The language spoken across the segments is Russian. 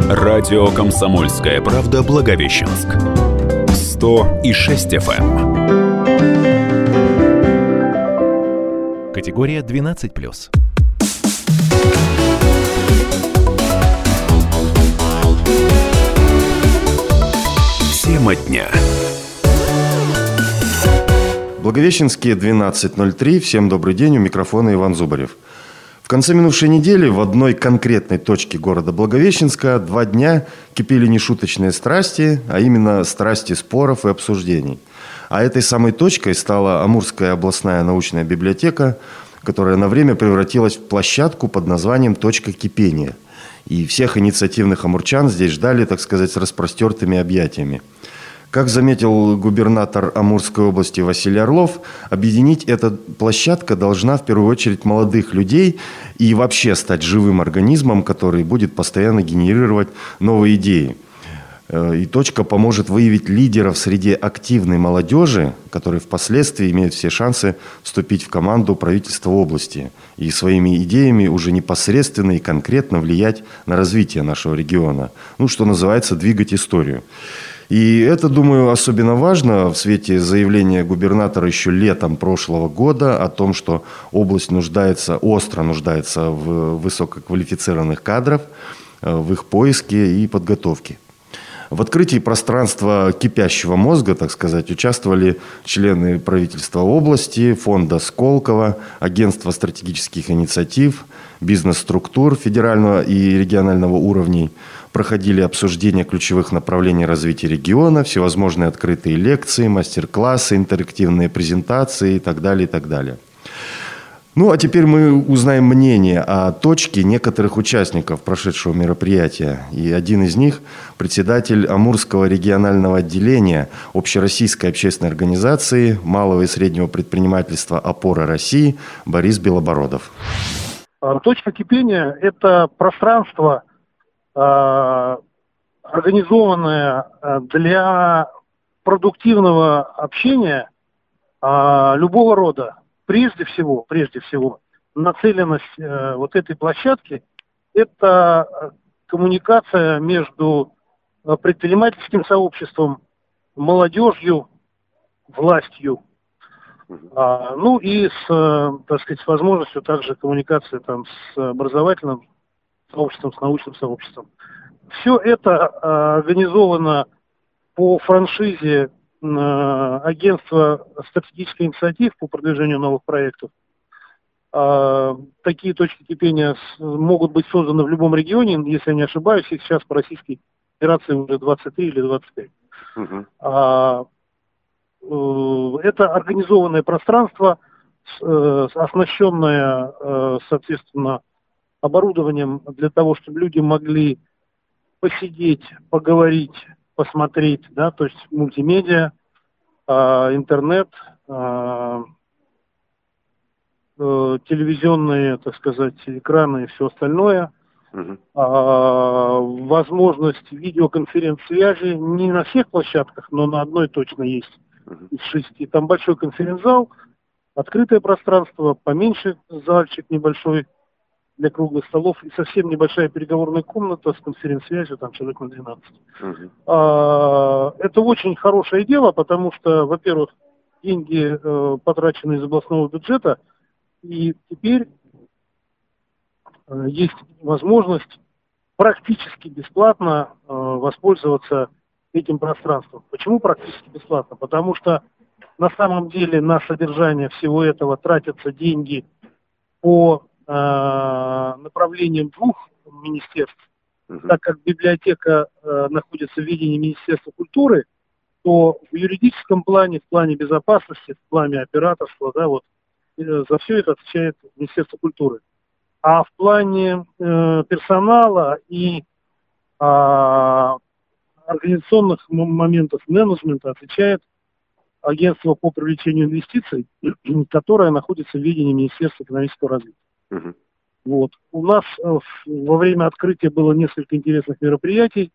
Радио «Комсомольская правда» Благовещенск. 100,6 FM. Категория 12+. Тема дня. Благовещенские 12:03. Всем добрый день. У микрофона Иван Зубарев. В конце минувшей недели в одной конкретной точке города Благовещенска 2 дня кипели нешуточные страсти, а именно страсти споров и обсуждений. А этой самой точкой стала Амурская областная научная библиотека, которая на время превратилась в площадку под названием «Точка кипения». И всех инициативных амурчан здесь ждали, так сказать, с распростертыми объятиями. Как заметил губернатор Амурской области Василий Орлов, объединить эта площадка должна в первую очередь молодых людей и вообще стать живым организмом, который будет постоянно генерировать новые идеи. И точка поможет выявить лидеров среди активной молодежи, которые впоследствии имеют все шансы вступить в команду правительства области и своими идеями уже непосредственно и конкретно влиять на развитие нашего региона. Что называется, двигать историю. И это, думаю, особенно важно в свете заявления губернатора еще летом прошлого года о том, что область остро нуждается в высококвалифицированных кадрах, в их поиске и подготовке. В открытии пространства кипящего мозга, так сказать, участвовали члены правительства области, фонда Сколково, агентства стратегических инициатив, бизнес-структур федерального и регионального уровней. Проходили обсуждения ключевых направлений развития региона, всевозможные открытые лекции, мастер-классы, интерактивные презентации и так далее, и так далее. А теперь мы узнаем мнение о точке некоторых участников прошедшего мероприятия. И один из них – председатель Амурского регионального отделения Общероссийской общественной организации малого и среднего предпринимательства «Опора России» Борис Белобородов. Точка кипения – это пространство, организованное для продуктивного общения любого рода. Прежде всего, нацеленность вот этой площадки – это коммуникация между предпринимательским сообществом, молодежью, властью, и с возможностью также коммуникации с образовательным сообществом, с научным сообществом. Все это организовано по франшизе агентства стратегических инициатив по продвижению новых проектов. Такие точки кипения могут быть созданы в любом регионе, если я не ошибаюсь, их сейчас по Российской Федерации уже 23 или 25. Это организованное пространство, оснащенное, соответственно, оборудованием для того, чтобы люди могли посидеть, поговорить, посмотреть, то есть мультимедиа, интернет, телевизионные, так сказать, экраны и все остальное. Возможность видеоконференц-связи не на всех площадках, но на одной точно есть из 6. Там большой конференц-зал, открытое пространство, поменьше зальчик небольшой для круглых столов и совсем небольшая переговорная комната с конференц-связью, там человек на 12. Это очень хорошее дело, потому что, во-первых, деньги потрачены из областного бюджета, и теперь есть возможность практически бесплатно воспользоваться этим пространством. Почему практически бесплатно? Потому что на самом деле на содержание всего этого тратятся деньги по направлением 2 министерств. Так как библиотека находится в ведении Министерства культуры, то в юридическом плане, в плане безопасности, в плане операторства, за все это отвечает Министерство культуры. А в плане персонала и организационных моментов менеджмента отвечает агентство по привлечению инвестиций, которое находится в ведении Министерства экономического развития. У нас во время открытия было несколько интересных мероприятий.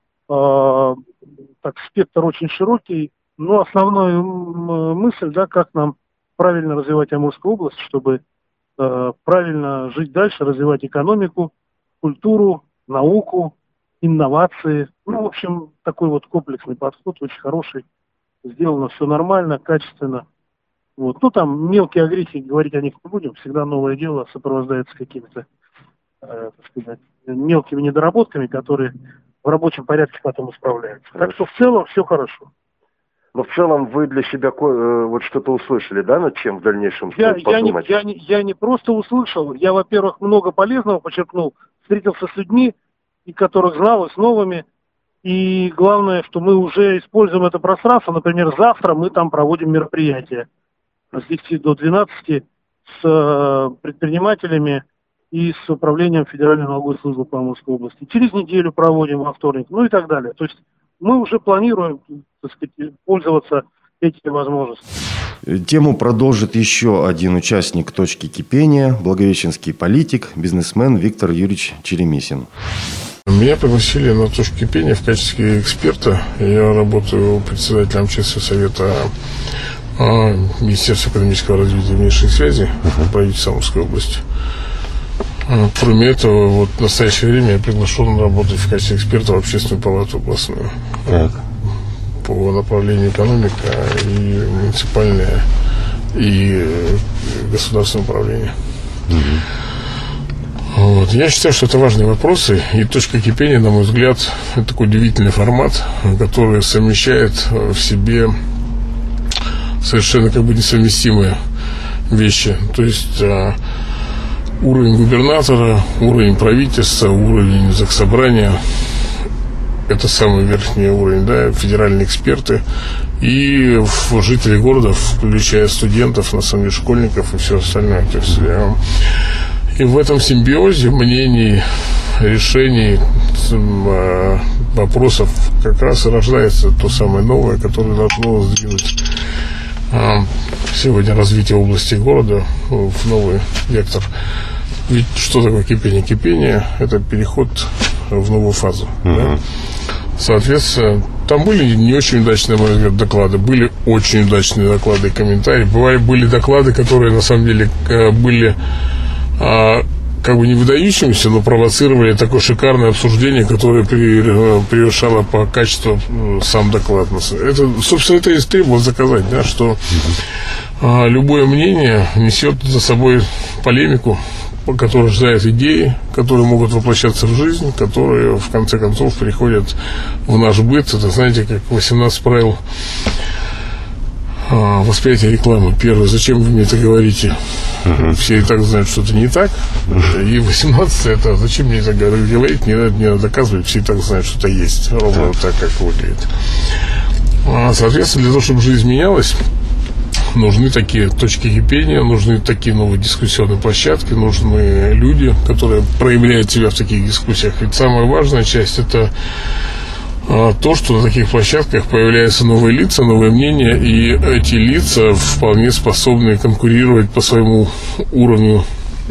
Спектр очень широкий, но основная мысль, как нам правильно развивать Амурскую область, чтобы правильно жить дальше, развивать экономику, культуру, науку, инновации. Ну, в общем, такой вот комплексный подход, очень хороший. Сделано все нормально, качественно. Вот. Ну, там мелкие огрехи, говорить о них не будем. Всегда новое дело сопровождается какими-то, так сказать, мелкими недоработками, которые в рабочем порядке потом исправляются. Так что в целом все хорошо. Но в целом вы для себя вот что-то услышали, да, над чем в дальнейшем подумать? Я не просто услышал, я, во-первых, много полезного подчеркнул, встретился с людьми, и которых знал, и с новыми. И главное, что мы уже используем это пространство. Например, завтра мы там проводим мероприятие с 10 до 12 с предпринимателями и с управлением Федеральной налоговой службы по Амурской области. Через неделю проводим во вторник, ну и так далее. То есть мы уже планируем, так сказать, пользоваться этими возможностями. Тему продолжит еще один участник «Точки кипения», благовещенский политик, бизнесмен Виктор Юрьевич Черемисин. Меня пригласили на «Точку кипения» в качестве эксперта. Я работаю председателем общественного совета Министерства экономического развития и внешних связей правительства Амурской области. Кроме этого, вот в настоящее время я приглашен работать в качестве эксперта в Общественную палату областную по направлению экономика и муниципальное и государственное управление. Вот. Я считаю, что это важные вопросы, и «Точка кипения», на мой взгляд, это такой удивительный формат, который совмещает в себе совершенно как бы несовместимые вещи. То есть уровень губернатора, уровень правительства, уровень заксобрания – это самый верхний уровень, да, федеральные эксперты и жители города, включая студентов, на самом деле школьников и все остальное. То есть, и в этом симбиозе мнений, решений, вопросов как раз и рождается то самое новое, которое должно сдвинуть сегодня развитие области города в новый вектор. Ведь что такое кипение? Кипение – это переход в новую фазу. Да? Соответственно, там были не очень удачные, на мой взгляд, доклады, были очень удачные доклады и комментарии. Были доклады, которые на самом деле были как бы не выдающимися, но провоцировали такое шикарное обсуждение, которое превышало по качеству сам доклад. Это, собственно, это и требовалось заказать, да, что любое мнение несет за собой полемику, которая рождает идеи, которые могут воплощаться в жизнь, которые, в конце концов, переходят в наш быт. Это, знаете, как 18 правил восприятия рекламы. Первое, зачем вы мне это говорите? Все и так знают, что это не так. И 18 это, зачем мне это говорить? Не надо доказывать, все и так знают, что это есть. Ровно так, как выглядит. Соответственно, для того, чтобы жизнь менялась, нужны такие точки кипения, нужны такие новые дискуссионные площадки, нужны люди, которые проявляют себя в таких дискуссиях. Ведь самая важная часть – это то, что на таких площадках появляются новые лица, новые мнения, и эти лица вполне способны конкурировать по своему уровню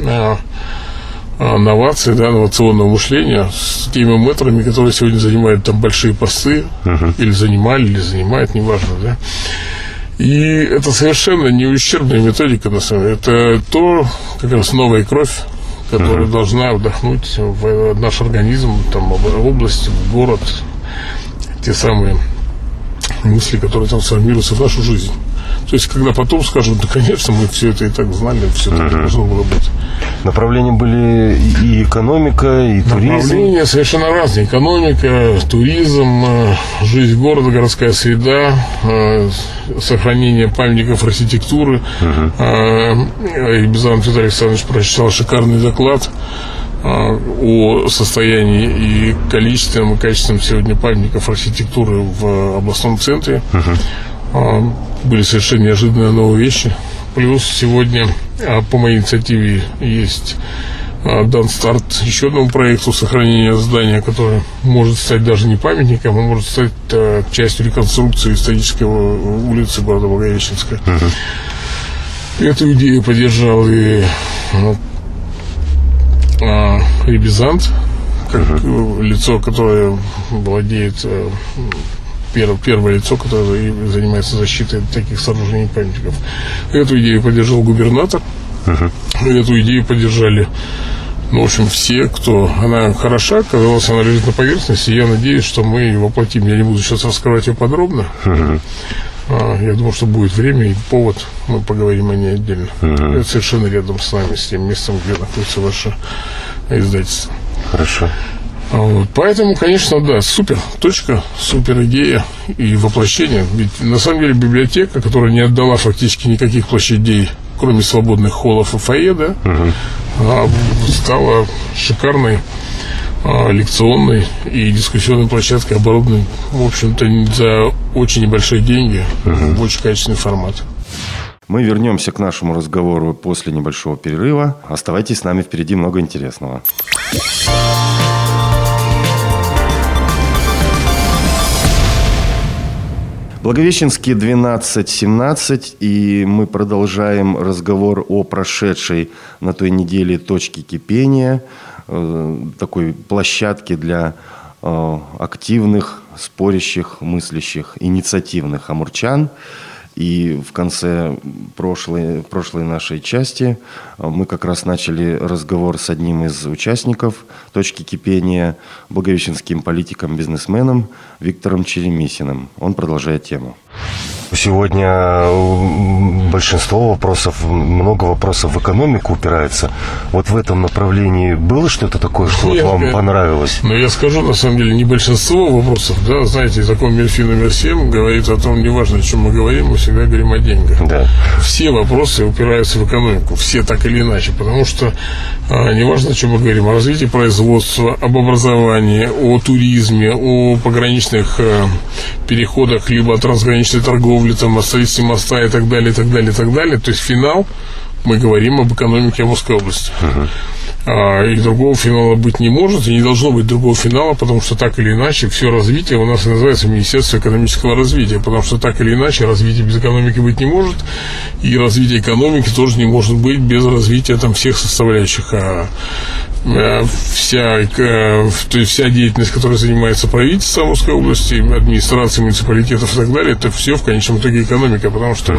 новаций, да, инновационного мышления с теми мэтрами, которые сегодня занимают там большие посты, или занимали, или занимают, неважно, да. И это совершенно не ущербная методика, на самом деле. Это то, как раз новая кровь, которая должна вдохнуть в наш организм, там, в область, в город, те самые мысли, которые трансформируются в нашу жизнь. То есть, когда потом скажут, да, конечно, мы все это и так знали, все это должно было быть. Направления были и экономика, и туризм. Направления совершенно разные. Экономика, туризм, жизнь города, городская среда, сохранение памятников архитектуры. Рибзан Федор Александрович прочитал шикарный доклад о состоянии и количественном, и качественном сегодня памятников архитектуры в областном центре. Были совершенно неожиданные новые вещи. Плюс сегодня по моей инициативе есть дан старт еще одному проекту сохранения здания, которое может стать даже не памятником, а может стать частью реконструкции исторической улицы города Благовещенска. Эту идею поддержал и Рибизант, как лицо, которое владеет, первое лицо, которое занимается защитой таких сооружений памятников. Эту идею поддержал губернатор. Эту идею поддержали Ну, в общем, все, кто... Она хороша, казалось, она лежит на поверхности. Я надеюсь, что мы ее воплотим. Я не буду сейчас раскрывать ее подробно. Я думаю, что будет время и повод. Мы поговорим о ней отдельно. Это совершенно рядом с нами, с тем местом, где находится ваше издательство. Хорошо. Вот. Поэтому, конечно, да, супер точка, супер идея и воплощение. Ведь на самом деле библиотека, которая не отдала фактически никаких площадей, кроме свободных холлов и фойе, да, стала шикарной лекционной и дискуссионной площадкой, оборудованной, в общем-то, за очень небольшие деньги, в очень качественный формат. Мы вернемся к нашему разговору после небольшого перерыва. Оставайтесь с нами, впереди много интересного. Благовещенский 12:17, и мы продолжаем разговор о прошедшей на той неделе точке кипения, такой площадке для активных, спорящих, мыслящих, инициативных амурчан. И в конце прошлой нашей части мы как раз начали разговор с одним из участников точки кипения, благовещенским политиком-бизнесменом Виктором Черемисиным. Он продолжает тему. Сегодня большинство вопросов, много вопросов в экономику упирается. Вот в этом направлении было что-то такое, что вот вам понравилось? Ну, я скажу, на самом деле, не большинство вопросов, да, знаете, закон Мерфи номер 7 говорит о том, неважно, о чем мы говорим, мы всегда говорим о деньгах. Да. Все вопросы упираются в экономику, все так или иначе, потому что неважно, о чем мы говорим, о развитии производства, об образовании, о туризме, о пограничных переходах, либо о трансграничной торговле, там, о строительстве моста и так далее, и так далее, и так далее. То есть финал, мы говорим об экономике Амурской области. И другого финала быть не может, и не должно быть другого финала, потому что так или иначе все развитие у нас и называется Министерство экономического развития, потому что так или иначе развитие без экономики быть не может, и развитие экономики тоже не может быть без развития там всех составляющих. Вся деятельность, которой занимается правительство Амурской области, администрация муниципалитетов и так далее, это все в конечном итоге экономика, потому что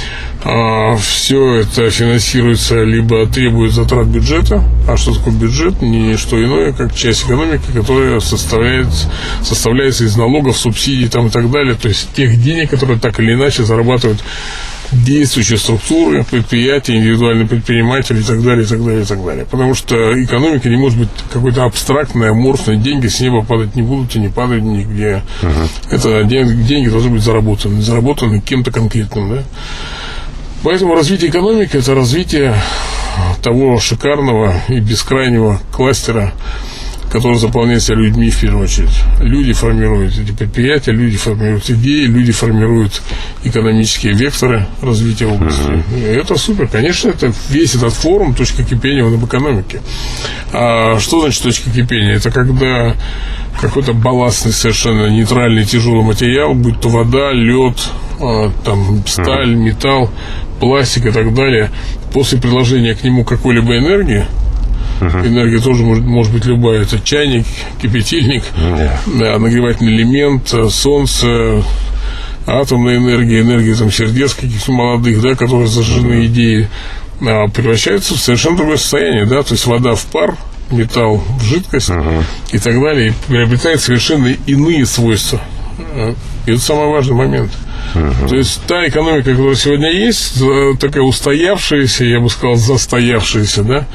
все это финансируется либо требует затрат бюджета, а что такое бюджет? Не что иное, как часть экономики, которая составляется из налогов, субсидий там, и так далее, то есть тех денег, которые так или иначе зарабатывают действующие структуры, предприятия, индивидуальные предприниматели и так далее, и так далее, и так далее. Потому что экономика не может быть какой-то абстрактной, аморфной, деньги с неба падать не будут и не падают нигде. Это деньги должны быть заработаны кем-то конкретным, да. Поэтому развитие экономики – это развитие того шикарного и бескрайнего кластера, который заполняется людьми в первую очередь. Люди формируют эти предприятия, люди формируют идеи, люди формируют экономические векторы развития области. И это супер. Конечно, это весь этот форум «Точка кипения» об экономике. А что значит точка кипения? Это когда какой-то балластный, совершенно нейтральный, тяжелый материал, будь то вода, лед, там, сталь, металл, пластик и так далее, после приложения к нему какой-либо энергии, энергия тоже может быть любая, это чайник, кипятильник, нагревательный элемент, солнце, атомная энергия, энергия там, сердец каких-то молодых, да, которые зажжены идеи, превращаются в совершенно другое состояние, да, то есть вода в пар, металл в жидкость и так далее, и приобретает совершенно иные свойства. И это самый важный момент. То есть та экономика, которая сегодня есть, такая устоявшаяся, я бы сказал, застоявшаяся, да,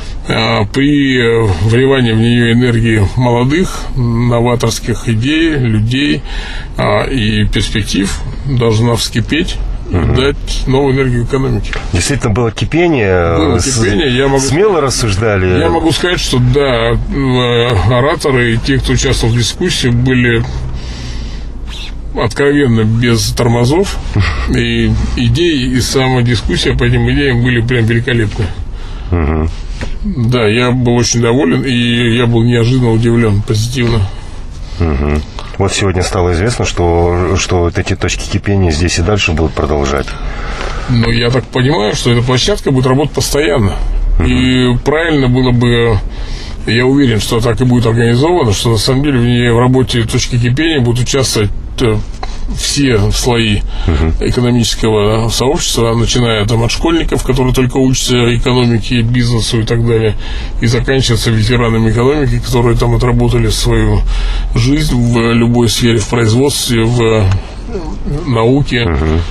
при вливании в нее энергии молодых, новаторских идей, людей и перспектив должна вскипеть, дать новую энергию экономике. Действительно было кипение, смело рассуждали. Я могу сказать, что да, ораторы и те, кто участвовал в дискуссии, были откровенно без тормозов, и идеи и сама дискуссия по этим идеям были прям великолепны. Да, я был очень доволен, и я был неожиданно удивлен, позитивно. Вот сегодня стало известно, что вот эти точки кипения здесь и дальше будут продолжать. Ну, я так понимаю, что эта площадка будет работать постоянно. И правильно было бы, я уверен, что так и будет организовано, что на самом деле в ней в работе точки кипения будут участвовать все слои экономического сообщества, начиная там от школьников, которые только учатся экономике, бизнесу и так далее, и заканчивается ветеранами экономики, которые там отработали свою жизнь в любой сфере, в производстве, в науке,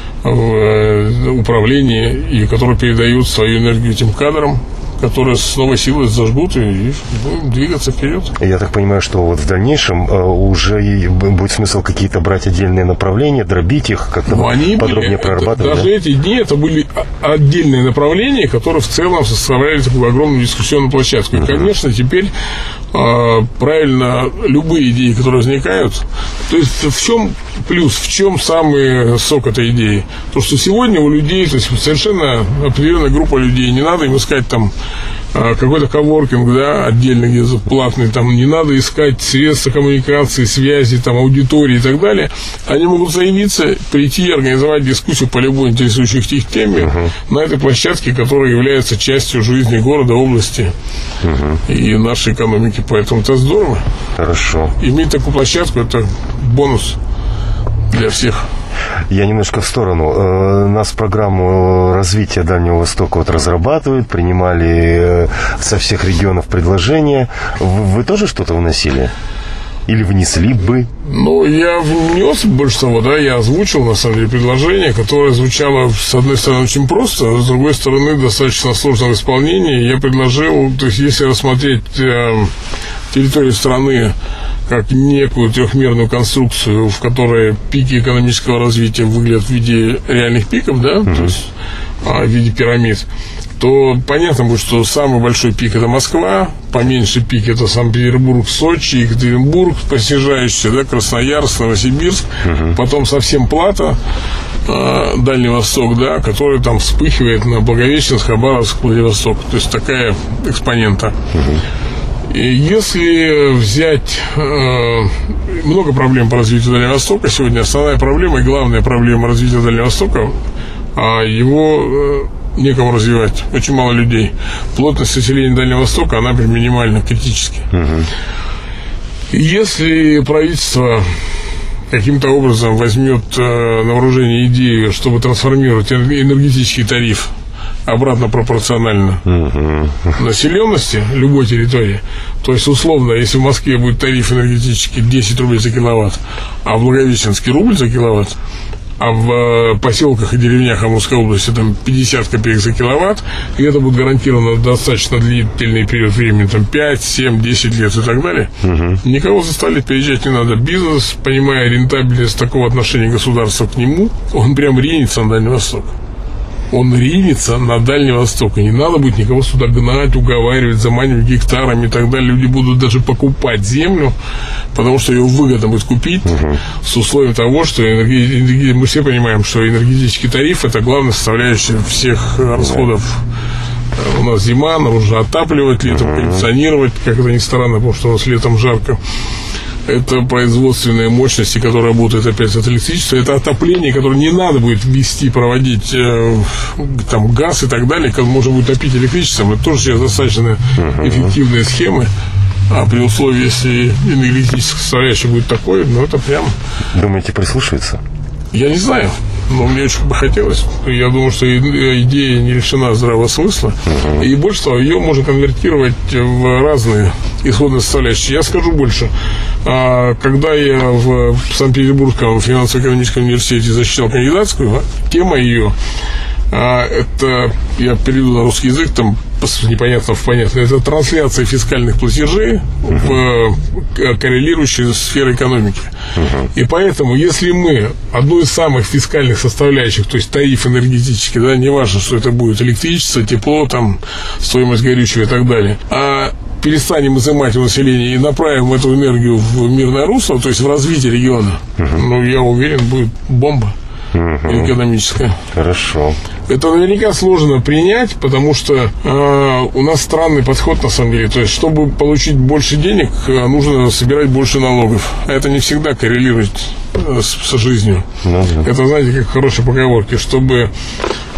в управлении, и которые передают свою энергию этим кадрам, которые с новой силой зажгут и будем двигаться вперед. Я так понимаю, что вот в дальнейшем уже будет смысл какие-то брать отдельные направления, дробить их, как-то подробнее прорабатывать. Даже эти дни это были отдельные направления, которые в целом составляли такую огромную дискуссионную площадку. И, конечно, теперь правильно любые идеи, которые возникают, то есть в чем плюс, в чем самый сок этой идеи? То, что сегодня у людей, то есть совершенно определенная группа людей, не надо им искать там какой-то коворкинг, да, отдельно где-то платный, там не надо искать средства коммуникации, связи, там, аудитории и так далее. Они могут заявиться, прийти и организовать дискуссию по любой интересующей их теме на этой площадке, которая является частью жизни города, области и нашей экономики. Поэтому это здорово. Хорошо. Иметь такую площадку – это бонус для всех. Я немножко в сторону. Нас программу развития Дальнего Востока вот разрабатывают, принимали со всех регионов предложения. Вы тоже что-то вносили? Или внесли бы? Ну, я внес больше того, да, я озвучил, на самом деле, предложение, которое звучало, с одной стороны, очень просто, а с другой стороны, достаточно сложно в исполнении. Я предложил, то есть, если рассмотреть территорию страны как некую трехмерную конструкцию, в которой пики экономического развития выглядят в виде реальных пиков, да, то есть в виде пирамид, то понятно будет, что самый большой пик – это Москва, поменьше пик – это Санкт-Петербург, Сочи, Екатеринбург, посижающийся, да, Красноярск, Новосибирск, потом совсем плато, Дальний Восток, да, который там вспыхивает на Благовещенск, Хабаровск, Владивосток, то есть такая экспонента. И если взять много проблем по развитию Дальнего Востока, сегодня основная проблема и главная проблема развития Дальнего Востока, его некому развивать, очень мало людей. Плотность населения Дальнего Востока, она прям минимальна, критически. Если правительство каким-то образом возьмет на вооружение идею, чтобы трансформировать энергетический тариф обратно пропорционально населенности любой территории. То есть, условно, если в Москве будет тариф энергетический 10 рублей за киловатт, а в Благовещенске рубль за киловатт, а в поселках и деревнях Амурской области там 50 копеек за киловатт, и это будет гарантировано достаточно длительный период времени, там 5, 7, 10 лет и так далее, никого заставить переезжать не надо. Бизнес, понимая рентабельность такого отношения государства к нему, он прям ринется на Дальний Восток. Он ринется на Дальний Восток. И не надо будет никого сюда гнать, уговаривать, заманивать гектарами и так далее. Люди будут даже покупать землю, потому что ее выгодно будет купить с условием того, что мы все понимаем, что энергетический тариф – это главная составляющая всех расходов. У нас зима, нам нужно отапливать, летом кондиционировать, как это ни странно, потому что у нас летом жарко. Это производственные мощности, которые работают опять от электричества. Это отопление, которое не надо будет ввести, проводить там газ и так далее, когда можно будет топить электричеством. Это тоже сейчас достаточно эффективные схемы. А при условии, если энергетическая составляющая будет такой, ну это прям... Думаете, прислушивается? Я не знаю, но мне очень бы хотелось. Я думаю, что идея не лишена здравого смысла. И больше того, ее можно конвертировать в разные исходные составляющие. Я скажу больше. Когда я в Санкт-Петербургском финансово-экономическом университете защищал кандидатскую, тема ее, это, я переведу на русский язык, там непонятно в понятно, это трансляция фискальных платежей в коррелирующие с сферой экономики. И поэтому, если мы одну из самых фискальных составляющих, то есть тариф энергетический, да, не важно, что это будет электричество, тепло, там, стоимость горючего и так далее, перестанем изымать у населения и направим эту энергию в мирное русло, то есть в развитие региона, ну, я уверен, будет бомба экономическая. Хорошо. Это наверняка сложно принять, потому что у нас странный подход на самом деле. То есть, чтобы получить больше денег, нужно собирать больше налогов. А это не всегда коррелирует с жизнью. Это, знаете, как в хорошей поговорке. Чтобы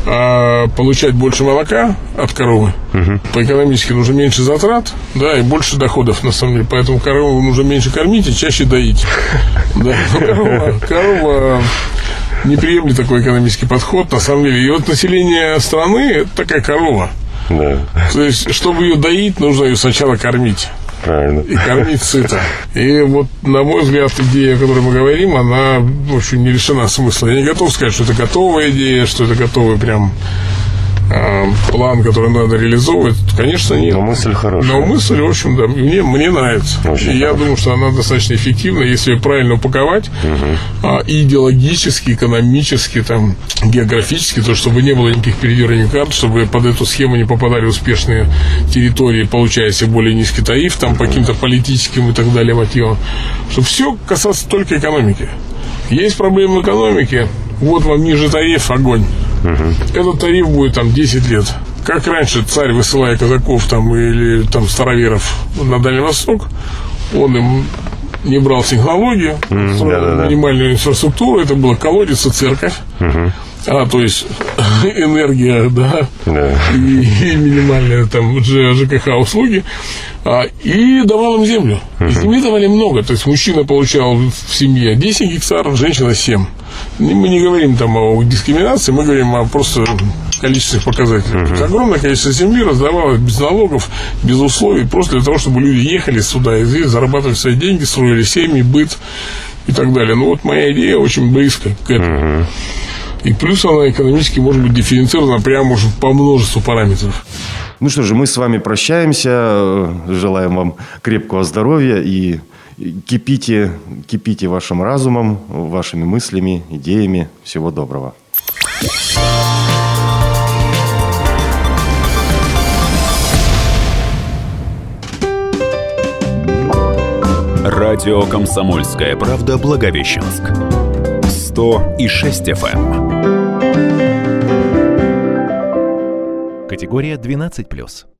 получать больше молока от коровы. По экономически нужно меньше затрат, да, и больше доходов, на самом деле. Поэтому корову нужно меньше кормить и чаще доить. Да, корова не приемлет такой экономический подход, на самом деле. И вот население страны – это такая корова. Да. То есть, чтобы ее доить, нужно ее сначала кормить. Правильно. И кормить сыто. И вот, на мой взгляд, идея, о которой мы говорим, она, в общем, не лишена смысла. Я не готов сказать, что это готовая идея, что это готовый прям план, который надо реализовывать. Конечно, нет. Но мысль хорошая. Но мысль, в общем, да, мне нравится. Очень и я думаю, что она достаточно эффективна, если ее правильно упаковать, и идеологически, экономически, там, географически, то, чтобы не было никаких передерганий карт, чтобы под эту схему не попадали успешные территории, получая себе более низкий тариф, там, по каким-то политическим и так далее мотивам. Чтобы все касалось только экономики. Есть проблемы в экономике, вот вам ниже тариф, огонь. Этот тариф будет там 10 лет. Как раньше царь, высылая казаков там, или там староверов на Дальний Восток, он им не брал технологию, строил минимальную инфраструктуру, это было колодец и церковь. То есть энергия, да, и минимальные там ЖКХ услуги, и давал им землю. И земли давали много. То есть мужчина получал в семье 10 гектаров, женщина 7. Мы не говорим там о дискриминации, мы говорим о просто количественных показателях. То есть огромное количество земли раздавалось без налогов, без условий, просто для того, чтобы люди ехали сюда и здесь зарабатывали свои деньги, строили семьи, быт и так далее. Ну вот моя идея очень близко к этому. И плюс она экономически может быть дифференцирована прямо уже по множеству параметров. Ну что же, мы с вами прощаемся. Желаем вам крепкого здоровья и кипите вашим разумом, вашими мыслями, идеями. Всего доброго. Радио «Комсомольская правда» Благовещенск. 100,6 FM. Категория 12+.